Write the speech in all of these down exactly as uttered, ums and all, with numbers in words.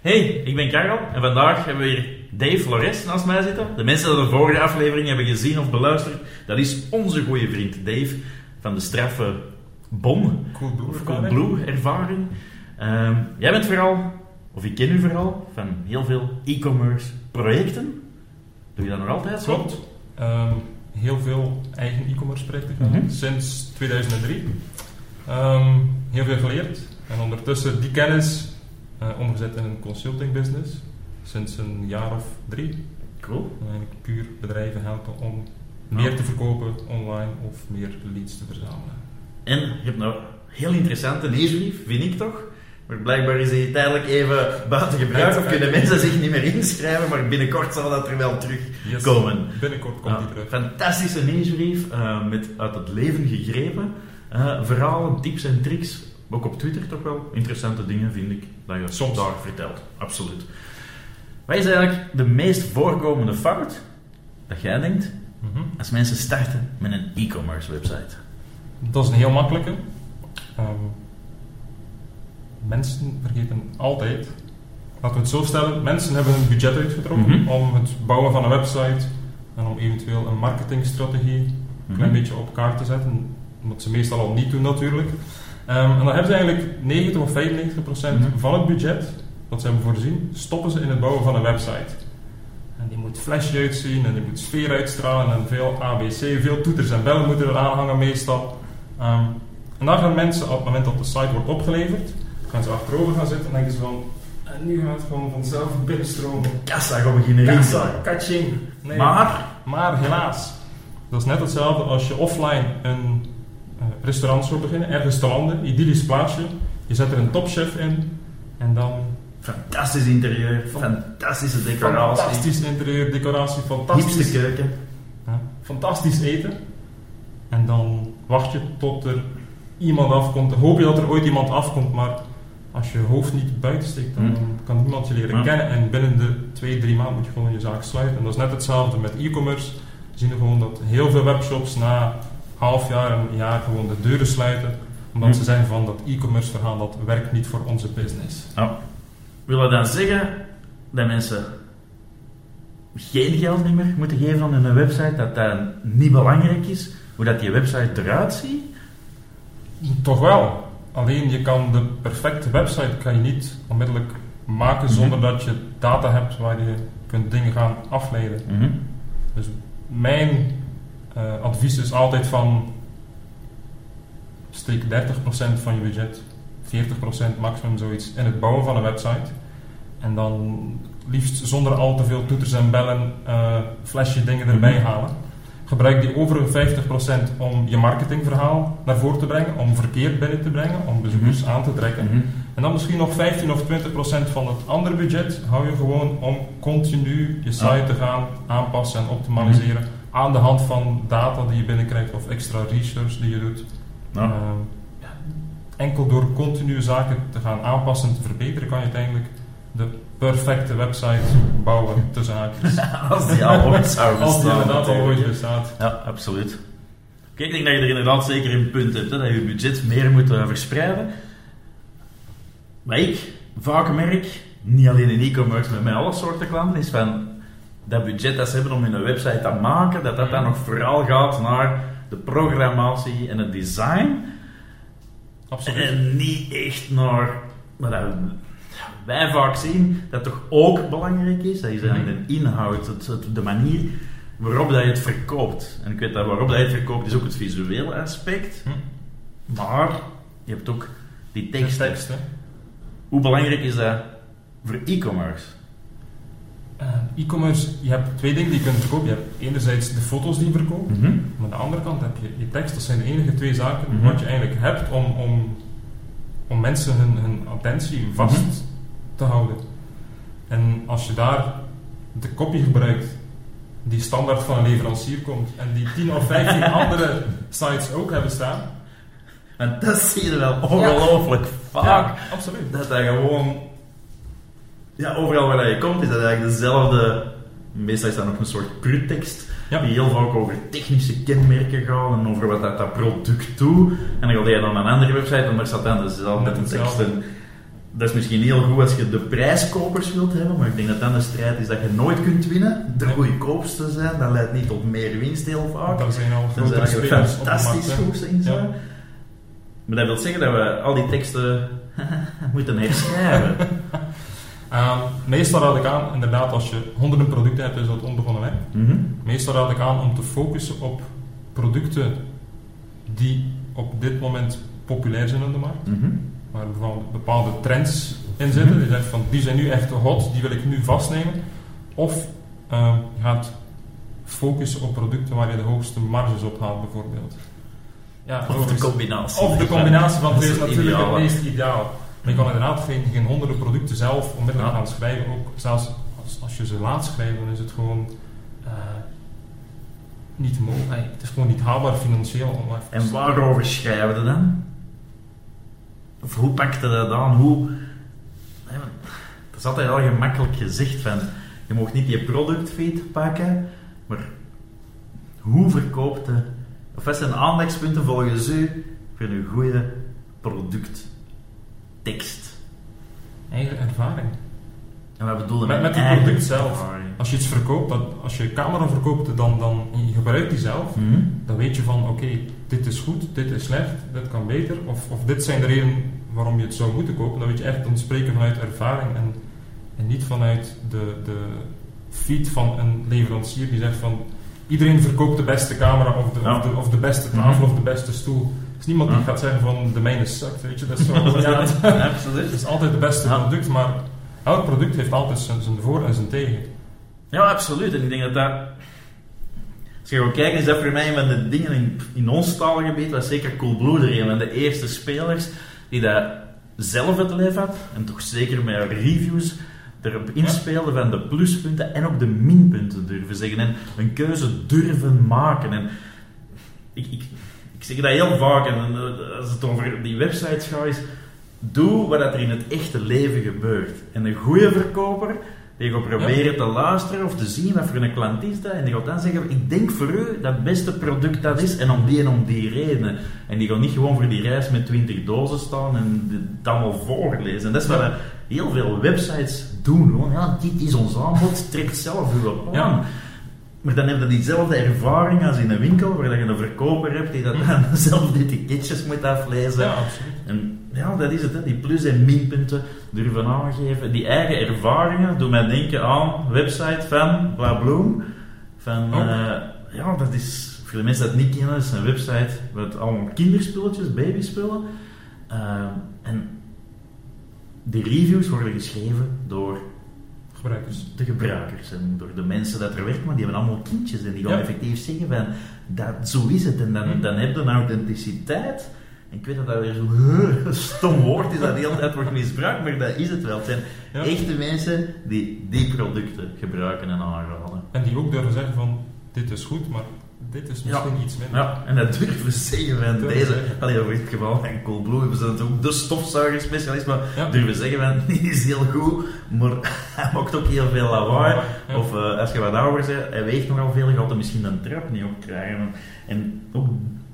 Hey, ik ben Karel en vandaag hebben we hier Dave Flores naast mij zitten. De mensen die de vorige aflevering hebben gezien of beluisterd, dat is onze goede vriend Dave van de straffe BOM, Coolblue of Coolblue ervaring. Um, jij bent vooral, of ik ken u vooral, van heel veel e-commerce projecten. Doe je dat nog altijd zo? Klopt. Um, heel veel eigen e-commerce projecten gedaan, mm-hmm. sinds tweeduizend drie. Um, heel veel geleerd en ondertussen die kennis uh, omgezet in een consulting business sinds een jaar of drie. Cool. En eigenlijk puur bedrijven helpen om meer oh. te verkopen online of meer leads te verzamelen. En je hebt nou heel interessante nieuwsbrief, vind ik toch? Maar blijkbaar is hij tijdelijk even buiten gebruik of kunnen mensen zich niet meer inschrijven, maar binnenkort zal dat er wel terugkomen. Yes, binnenkort komt hij terug. Fantastische nieuwsbrief, uh, met uit het leven gegrepen. Uh, verhalen, tips en tricks, ook op Twitter toch wel interessante dingen vind ik, dat je soms daar vertelt. Absoluut. Wat is eigenlijk de meest voorkomende fout dat jij denkt mm-hmm. als mensen starten met een e-commerce website? Dat is een heel makkelijke. Um, mensen vergeten altijd, laten we het zo stellen, mensen hebben hun budget uitgetrokken mm-hmm. om het bouwen van een website en om eventueel een marketingstrategie een mm-hmm. klein beetje op kaart te zetten, wat ze meestal al niet doen natuurlijk. Um, en dan hebben ze eigenlijk negentig of vijfennegentig procent mm-hmm. van het budget dat ze hebben voorzien, stoppen ze in het bouwen van een website. En die moet flashy uitzien en die moet sfeer uitstralen en veel A B C, veel toeters en bellen moeten er aanhangen meestal. Um, en dan gaan mensen, op het moment dat de site wordt opgeleverd, gaan ze achterover gaan zitten en denken ze van, en nu gaat het gewoon vanzelf binnenstromen. Kassa gaan beginnen Kassa, kaching. Nee. Maar? Maar helaas. Dat is net hetzelfde als je offline een uh, restaurant zou beginnen, ergens te landen, idyllisch plaatsje. Je zet er een topchef in en dan... Fantastisch interieur, fantastische decoratie. Fantastisch interieur, decoratie, fantastisch... Diepste keuken. Ja, fantastisch eten. En dan wacht je tot er iemand afkomt. Hoop je dat er ooit iemand afkomt, maar als je hoofd niet buiten steekt, dan hmm. kan niemand je leren ja. kennen. En binnen de twee, drie maanden moet je gewoon je zaak sluiten. En dat is net hetzelfde met e-commerce. We zien gewoon dat heel veel webshops na half jaar en een jaar gewoon de deuren sluiten. Omdat hmm. ze zeggen van dat e-commerce verhaal, dat werkt niet voor onze business. Ja. Wil dat dan zeggen dat mensen geen geld niet meer moeten geven aan een website, dat dat niet belangrijk is, hoe dat die website eruit ziet? Toch wel. Alleen je kan de perfecte website kan je niet onmiddellijk maken zonder mm-hmm. dat je data hebt waar je kunt dingen gaan afleiden. Mm-hmm. Dus mijn uh, advies is altijd van steek dertig procent van je budget, veertig procent maximum zoiets in het bouwen van een website. En dan liefst zonder al te veel toeters en bellen uh, flashy dingen erbij mm-hmm. halen. Gebruik die overige vijftig procent om je marketingverhaal naar voren te brengen, om verkeer binnen te brengen, om bezoekers mm-hmm. aan te trekken. Mm-hmm. En dan misschien nog vijftien of twintig procent van het andere budget hou je gewoon om continu je site oh. te gaan aanpassen en optimaliseren mm-hmm. aan de hand van data die je binnenkrijgt of extra research die je doet. Oh. Uh, ja, enkel door continu zaken te gaan aanpassen en te verbeteren kan je uiteindelijk de perfecte website bouwen tussen haakjes. Als die al ooit zou bestaan. Als die inderdaad al ooit bestaat. Ja, absoluut. Kijk, ik denk dat je er inderdaad zeker een punt hebt, hè, dat je je budget meer moet uh, verspreiden. Wat ik vaak merk, niet alleen in e-commerce, maar met alle soorten klanten, is van dat budget dat ze hebben om hun website te maken, dat dat dan nog vooral gaat naar de programmatie en het design. Absoluut. En niet echt naar... Maar dat, wij vaak zien dat toch ook belangrijk is, dat is eigenlijk de inhoud, het, het, de manier waarop dat je het verkoopt. En ik weet dat waarop dat je het verkoopt is ook het visuele aspect, hm. maar je hebt ook die tekst. tekst Hoe belangrijk is dat voor e-commerce? Uh, e-commerce, je hebt twee dingen die je kunt verkopen. Je hebt enerzijds de foto's die je verkoopt, mm-hmm. maar aan de andere kant heb je je tekst. Dat zijn de enige twee zaken mm-hmm. wat je eigenlijk hebt om, om, om mensen hun, hun attentie vast mm-hmm. te houden. En als je daar de copy gebruikt die standaard van een leverancier komt en die tien of vijftien andere sites ook hebben staan. En dat zie je wel ongelooflijk ja. vaak. Ja, absoluut. Dat dat gewoon... Ja, overal waar je komt is dat eigenlijk dezelfde... Meestal is dat nog een soort pruttekst ja. die heel vaak over technische kenmerken gaat en over wat dat, dat product doet. En dan ga je dan naar een andere website en daar staat dan dezelfde teksten. dat is misschien heel goed als je de prijskopers wilt hebben, maar ik denk dat dan de strijd is dat je nooit kunt winnen. De goedkoopste zijn, dat leidt niet tot meer winst heel vaak. Dat zijn al Dat grotere zijn spelers fantastisch op de markt, goed zijn. Ja. Maar dat wil zeggen dat we al die teksten moeten herschrijven. Um, meestal raad ik aan, inderdaad, als je honderden producten hebt, is dat onbegonnen werk. Mm-hmm. Meestal raad ik aan om te focussen op producten die op dit moment populair zijn in de markt. Mm-hmm. Waar bijvoorbeeld bepaalde trends in zitten. Mm-hmm. Die zegt van, die zijn nu echt hot, die wil ik nu vastnemen. Of uh, je gaat focussen op producten waar je de hoogste marges op haalt, bijvoorbeeld. Ja, Of de combinatie. Of de combinatie van twee is Dat is natuurlijk ideaal, het hè. meest ideaal. Maar je kan inderdaad geen, geen honderden producten zelf onmiddellijk Ja. gaan schrijven. Ook zelfs als, als je ze laat schrijven, dan is het gewoon uh, niet mogelijk. Nee, het is gewoon niet haalbaar financieel. Om even En waarover schrijven we dan? Of hoe pakte dat aan? Hoe... Nee, maar het is altijd heel gemakkelijk gezegd van, je mag niet je productfeed pakken, maar hoe verkoopt je... Of wat zijn aandachtspunten volgens u voor een goede producttekst? eigen ervaring. En wat bedoelen Met, we met het eigen product zelf. ervaring? Als je iets verkoopt, dat, als je een camera verkoopt dan, dan en je gebruikt die zelf, Mhm. dan weet je van oké, okay, dit is goed, dit is slecht, dit kan beter. Of, of dit zijn de redenen waarom je het zou moeten kopen. Dan weet je echt dan spreken vanuit ervaring en, en niet vanuit de, de feed van een leverancier die zegt van iedereen verkoopt de beste camera of de, Ja. of de, of de beste tafel Mhm. of de beste stoel. Er is niemand die Ja. gaat zeggen van de mijne sukt, weet je. Dat is, zo, ja, het, Absoluut. het is altijd het beste Ja. product, maar elk product heeft altijd zijn, zijn voor en zijn tegen. Ja, absoluut. En ik denk dat dat... Als je gaat kijken, is dat voor mij een van de dingen in, in ons taalgebied, was zeker Coolblue er een van de eerste spelers die dat zelf het lef had, en toch zeker met reviews erop inspeelden van de pluspunten en ook de minpunten durven zeggen. En een keuze durven maken. En ik, ik, ik zeg dat heel vaak, en als het over die websites gaat, is doe wat er in het echte leven gebeurt. En een goede verkoper, die gaat proberen Ja. te luisteren of te zien wat voor een klant is dat. En die gaat dan zeggen, ik denk voor u dat het beste product dat is, en om die en om die redenen. En die gaat niet gewoon voor die reis met twintig dozen staan en het allemaal voorlezen. En dat is wat heel veel websites doen. Gewoon, ja, dit is ons aanbod, trek zelf uw plan. Ja. Maar dan heb je diezelfde ervaring als in een winkel, waar je een verkoper hebt die dat dan zelf de etiketjes moet aflezen. Ja, absoluut. En ja, dat is het, hè. Die plus- en minpunten durven aangeven. Die eigen ervaringen doen mij denken aan website van Blabloem. Van, Oh. uh, ja, dat is, voor de mensen die het niet kennen, is een website met allemaal kinderspulletjes, babyspullen. Uh, en die reviews worden geschreven door Gebruikers. de gebruikers en door de mensen dat er werken, maar die hebben allemaal kindjes en die gaan Ja. effectief zeggen van, dat, zo is het. En dan, Hm. dan heb je een authenticiteit. En ik weet dat dat weer zo'n stom woord is, dat de hele tijd wordt misbruikt, maar dat is het wel. Het zijn Ja. echte mensen die die producten gebruiken en aanraden. En die ook durven zeggen van, dit is goed, maar dit is misschien iets minder. Ja, en dat durven zeggen van Durven deze, zeggen. allee, over het geval van Coolblue hebben ze natuurlijk ook de stofzuigerspecialist, maar Ja. durven zeggen van, die is heel goed, maar hij maakt ook heel veel lawaai. Ja. Of uh, als je wat ouder bent, hij weegt nogal veel, je gaat hem misschien een trap niet opkrijgen. En ook,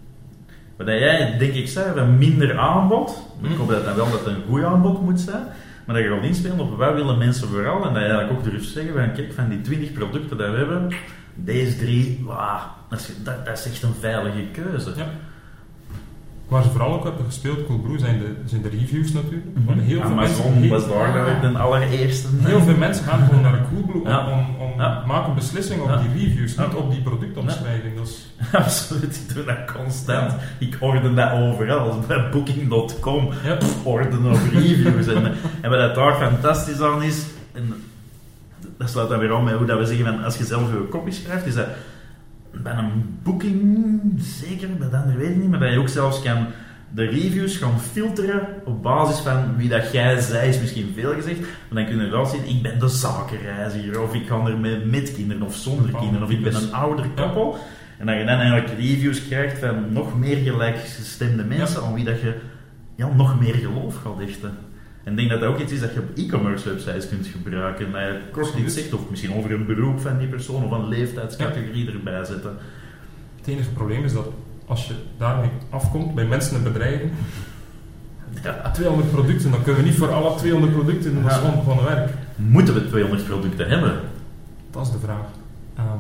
wat jij denk ik zei, van minder aanbod, ik hoop dat dan wel dat het een goed aanbod moet zijn, maar dat je gaat inspelen op wat willen mensen vooral, en dat je eigenlijk ook durft zeggen van, kijk, van die twintig producten die we hebben, deze drie, wow, dat, is, dat, dat is echt een veilige keuze. Ja. Waar ze vooral ook hebben gespeeld, Coolblue, zijn de, zijn de reviews natuurlijk. Want heel veel mensen, Amazon heel, was daar ja, de allereerste. heel veel mensen gaan gewoon naar Coolblue Ja. om, om Ja. maken een beslissing op Ja. die reviews, niet Ja. op die productomschrijving. Dat is, Absoluut, ik doe dat constant. Ik orden dat overal. Bij booking punt com ja. orden op reviews. en, en wat dat daar fantastisch aan is, en dat sluit dan weer aan met hoe dat we zeggen, van, als je zelf je kopie schrijft, is dat bij een booking, zeker, bij de andere weet ik niet, maar dat je ook zelfs kan de reviews gaan filteren op basis van wie dat jij zei, is misschien veel gezegd, maar dan kun je wel zien, ik ben de zakenreiziger, of ik ga er met, met kinderen of zonder kinderen, of ik ben een ouder koppel. En dat je dan eigenlijk reviews krijgt van nog meer gelijkgestemde mensen, Ja. aan wie dat je ja, nog meer geloof gaat hechten. En ik denk dat dat ook iets is dat je op e-commerce websites kunt gebruiken. Dat je kort iets zegt, of misschien over een beroep van die persoon, of een leeftijdscategorie ja. erbij zetten. Het enige probleem is dat als je daarmee afkomt bij mensen en bedrijven, Ja. tweehonderd producten, dan kunnen we niet voor alle tweehonderd producten doen. Dat is Ja. gewoon, gewoon een werk. Moeten we tweehonderd producten hebben? Dat is de vraag. Um,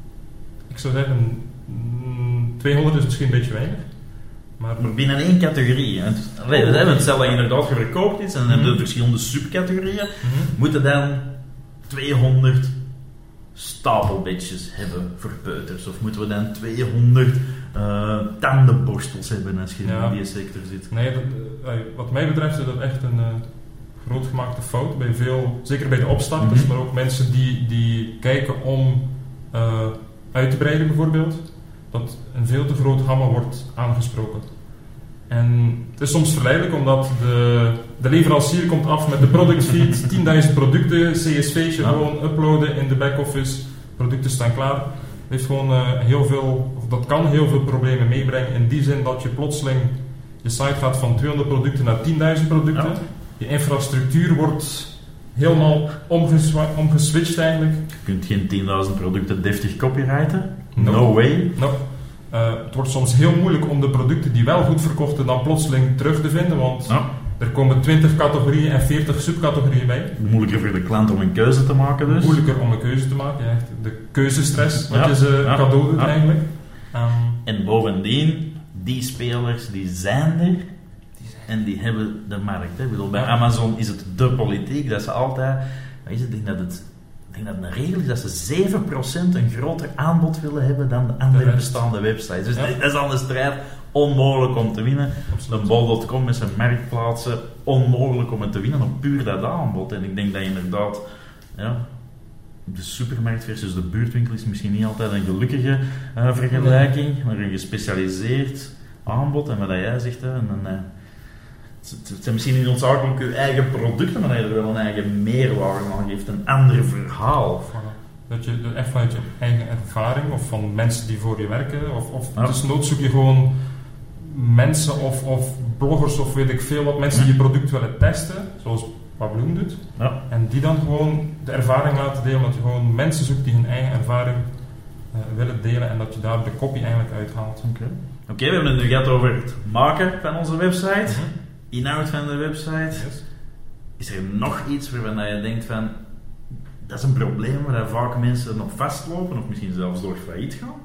ik zou zeggen, mm, tweehonderd is misschien een beetje weinig. Maar Maar binnen één categorie. Hè. Allee, we hebben het stel dat je inderdaad verkoopt iets en dan hebben we verschillende subcategorieën. mm-hmm. Moeten dan tweehonderd stapelbedjes hebben voor peuters? Of moeten we dan tweehonderd uh, tandenborstels hebben als je Ja. in die sector zit? Nee, dat, uh, wat mij betreft is dat echt een uh, grootgemaakte fout. Bij veel, zeker bij de opstarters, Mm-hmm. maar ook mensen die, die kijken om uh, uit te breiden bijvoorbeeld. Dat een veel te groot gamma wordt aangesproken. En het is soms verleidelijk omdat de, de leverancier komt af met de product feed, tienduizend producten, C S V'tje Ja. gewoon uploaden in de back-office, producten staan klaar. Dat heeft gewoon uh, heel veel, of dat kan heel veel problemen meebrengen in die zin dat je plotseling je site gaat van tweehonderd producten naar tienduizend producten. Ja. Je infrastructuur wordt helemaal omgeswa- omgeswitcht eigenlijk. Je kunt geen tienduizend producten deftig copyrighten. No. No way. Nou, uh, het wordt soms heel moeilijk om de producten die wel goed verkochten dan plotseling terug te vinden, want Ja. er komen twintig categorieën en veertig subcategorieën bij. Moeilijker voor de klant om een keuze te maken dus. Moeilijker om een keuze te maken, ja, echt de keuzestress wat Ja. je ze Ja. cadeau doet Ja. eigenlijk. Um, En bovendien, die spelers die zijn er en die hebben de markt. Hè. Ik bedoel, bij Ja. Amazon is het de politiek dat ze altijd... Weet je, ik denk dat het... Ik denk dat het een regel is dat ze zeven procent een groter aanbod willen hebben dan de andere De rest. bestaande websites. Dus Ja. dat is al een strijd onmogelijk om te winnen. De bol punt com met zijn marktplaatsen, onmogelijk om het te winnen op puur dat aanbod. En ik denk dat inderdaad, ja, de supermarkt versus de buurtwinkel is misschien niet altijd een gelukkige uh, vergelijking, maar een gespecialiseerd aanbod. En wat jij zegt, hè, en een, uh, het, het zijn misschien niet noodzakelijk je eigen producten, maar dat je er wel een eigen meerwaarde aan geeft, een ander verhaal. voilà. Dat je echt vanuit je eigen ervaring of van mensen die voor je werken, of, of Ja. dus nood zoek je gewoon mensen of, of bloggers of weet ik veel wat, mensen die je product willen testen, zoals wat Bloem doet. Ja. En die dan gewoon de ervaring laten delen, dat je gewoon mensen zoekt die hun eigen ervaring uh, willen delen en dat je daar de copy eigenlijk uithaalt. Oké, okay. okay, we hebben het nu gehad over het maken van onze website, Mm-hmm. inhoud van de website. Yes. Is er nog iets waarvan je denkt van, dat is een probleem waar vaak mensen nog vastlopen of misschien zelfs door failliet gaan?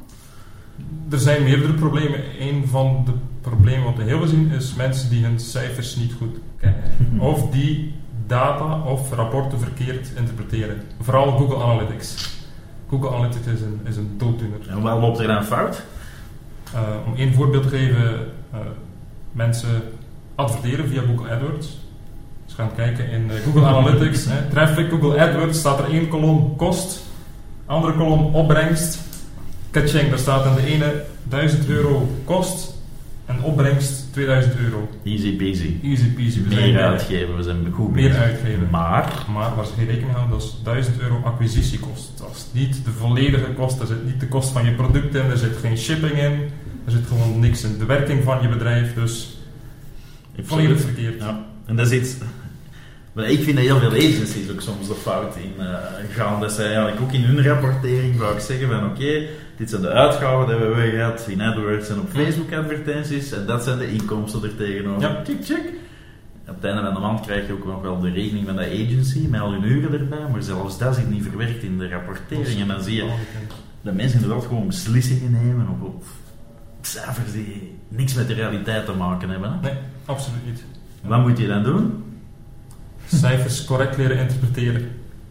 Er zijn meerdere problemen. Een van de problemen wat we heel veel zien is mensen die hun cijfers niet goed kennen. Of die data of rapporten verkeerd interpreteren. Vooral Google Analytics. Google Analytics is een, is een dooddoener. En wat loopt er dan fout? Uh, om één voorbeeld te geven, uh, mensen adverteren via Google AdWords. Dus gaan kijken in uh, Google Analytics. Hè. Traffic, Google AdWords, staat er één kolom kost, andere kolom opbrengst. Kaching, daar staat in de ene duizend euro kost en opbrengst tweeduizend euro. Easy peasy. Easy peasy. We zijn Meer bij- uitgeven, we zijn goed Meer bezig. uitgeven. Maar, Maar waar ze geen rekening houden, dat is duizend euro acquisitiekost. Dat is niet de volledige kost, er zit niet de kost van je product in, er zit geen shipping in, er zit gewoon niks in. De werking van je bedrijf, dus volledig verkeerd. Ja. En dat is iets... Maar ik vind dat heel veel agencies ook soms de fout in uh, gaan. Dat zij eigenlijk ook in hun rapportering vaak zeggen van oké, okay, dit zijn de uitgaven die we hebben gehad in AdWords en op Facebook advertenties en dat zijn de inkomsten er tegenover. Ja. Check, check. Op het einde van de maand krijg je ook nog wel de rekening van de agency met al hun uren erbij, maar zelfs dat zit niet verwerkt in de rapportering. En dan zie je dat mensen inderdaad gewoon beslissingen nemen op, op cijfers die niks met de realiteit te maken hebben. Hè? Nee, absoluut niet. Wat moet je dan doen? Cijfers correct leren interpreteren.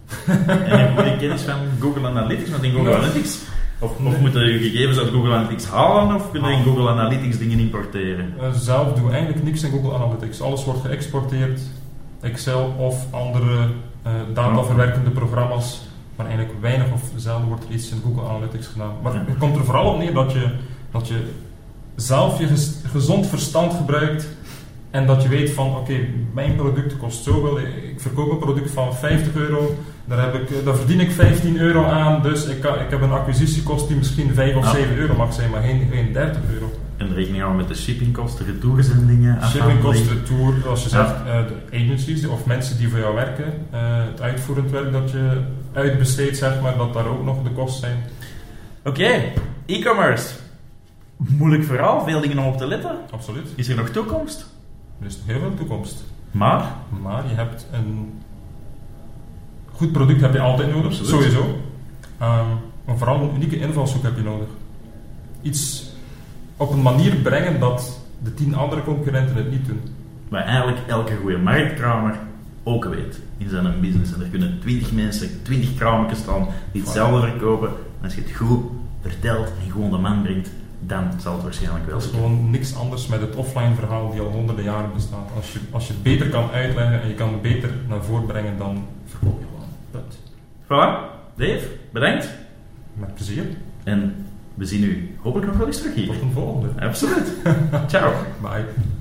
En heb je kennis van Google Analytics? Want in Google Ja. Analytics, of, of Nee. moeten je gegevens uit Google Analytics halen, of kun je in Google Analytics dingen importeren? Uh, zelf doen we eigenlijk niks in Google Analytics. Alles wordt geëxporteerd, Excel of andere uh, dataverwerkende programma's, maar eigenlijk weinig of zelden wordt er iets in Google Analytics gedaan. Maar Ja. het komt er vooral op neer dat je, dat je zelf je ges- gezond verstand gebruikt en dat je weet van oké, okay, mijn product kost zoveel, ik verkoop een product van vijftig euro, daar, heb ik, daar verdien ik vijftien euro aan, dus ik, kan, ik heb een acquisitiekost die misschien vijf of Ja. zeven euro mag zijn, maar geen, geen dertig euro. En rekening houden met de shippingkosten, retourzendingen, Shippingkosten, retour, als je Ja. zegt, uh, de agencies of mensen die voor jou werken, uh, het uitvoerend werk dat je uitbesteedt, zeg maar, dat daar ook nog de kosten zijn. Oké, okay. E-commerce. Moeilijk verhaal, veel dingen om op te letten. Absoluut. Is er nog toekomst? Er is nog heel veel toekomst. Maar? Maar je hebt een goed product heb je altijd nodig, Absoluut. sowieso. Um, maar vooral een unieke invalshoek heb je nodig. Iets op een manier brengen dat de tien andere concurrenten het niet doen. Waar eigenlijk elke goede marktkramer ook weet in zijn business. En er kunnen twintig mensen, twintig kraamjes staan die hetzelfde verkopen. En als je het goed vertelt en gewoon de man brengt, dan zal het waarschijnlijk wel Dat is lukken. gewoon niks anders met het offline verhaal die al honderden jaren bestaat. Als je, als je het beter kan uitleggen en je kan het beter naar voren brengen, dan verkoop je gewoon. Punt. Voilà. Dave, bedankt. Met plezier. En we zien u hopelijk nog wel eens terug hier. Tot een volgende. Absoluut. Ciao. Bye.